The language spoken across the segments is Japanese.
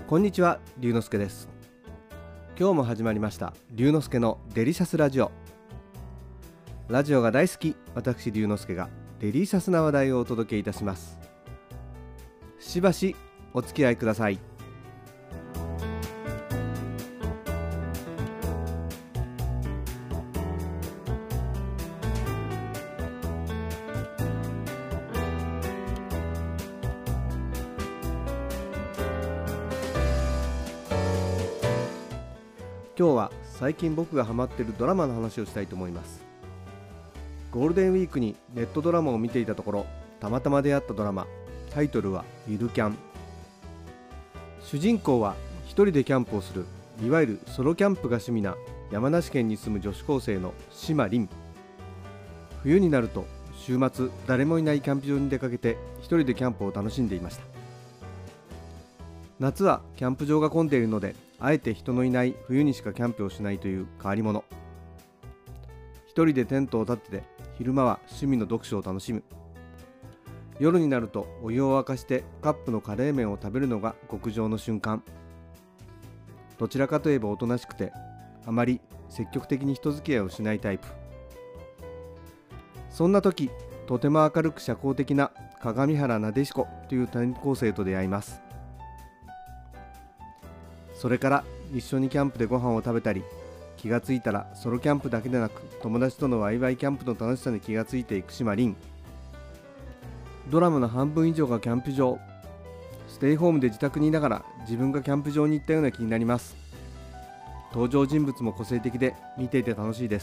こんにちは、龍之介です。今日も始まりました龍之介のデリシャスラジオ。ラジオが大好き私龍之介がデリシャスな話題をお届けいたします。しばしお付き合いください。今日は最近僕がハマっているドラマの話をしたいと思います。ゴールデンウィークにネットドラマを見ていたところ、たまたま出会ったドラマ、タイトルはゆるキャン。主人公は一人でキャンプをする、いわゆるソロキャンプが趣味な山梨県に住む女子高生の島凛。冬になると週末誰もいないキャンプ場に出かけて一人でキャンプを楽しんでいました。夏はキャンプ場が混んでいるので、あえて人のいない冬にしかキャンプをしないという変わり者。一人でテントを立てて昼間は趣味の読書を楽しむ。夜になるとお湯を沸かしてカップのカレー麺を食べるのが極上の瞬間。どちらかといえばおとなしくて、あまり積極的に人付き合いをしないタイプ。そんな時、とても明るく社交的な鏡原なでしこという転校生と出会います。それから一緒にキャンプでご飯を食べたり、気がついたらソロキャンプだけでなく友達とのワイワイキャンプの楽しさに気がついていく島凛。ドラマの半分以上がキャンプ場。ステイホームで自宅にいながら自分がキャンプ場に行ったような気になります。登場人物も個性的で見ていて楽しいです。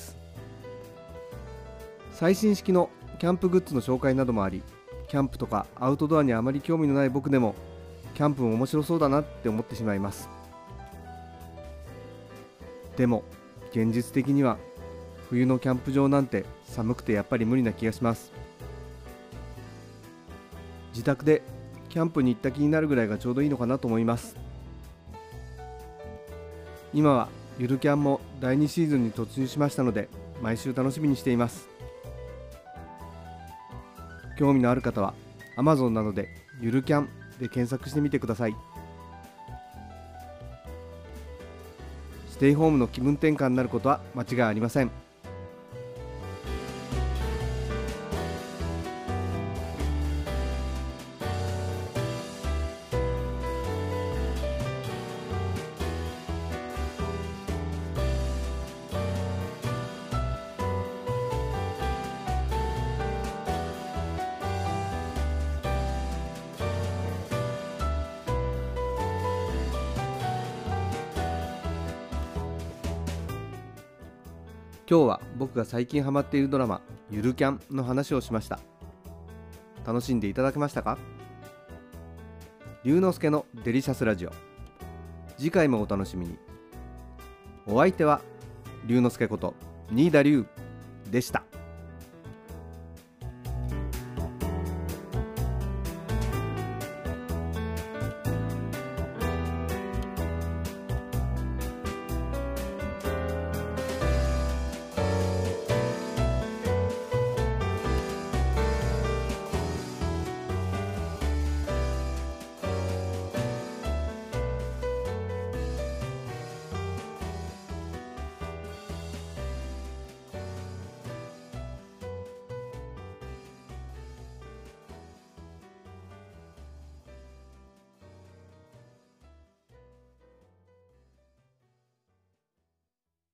最新式のキャンプグッズの紹介などもあり、キャンプとかアウトドアにあまり興味のない僕でもキャンプも面白そうだなって思ってしまいます。でも現実的には冬のキャンプ場なんて寒くてやっぱり無理な気がします。自宅でキャンプに行った気になるぐらいがちょうどいいのかなと思います。今はゆるキャンも第2シーズンに突入しましたので、毎週楽しみにしています。興味のある方は Amazon などでゆるキャンで検索してみてください。ステイホームの気分転換になることは間違いありません。今日は僕が最近ハマっているドラマゆるキャンの話をしました。楽しんでいただけましたか？龍之介のデリシャスラジオ、次回もお楽しみに。お相手は龍之介こと新田龍でした。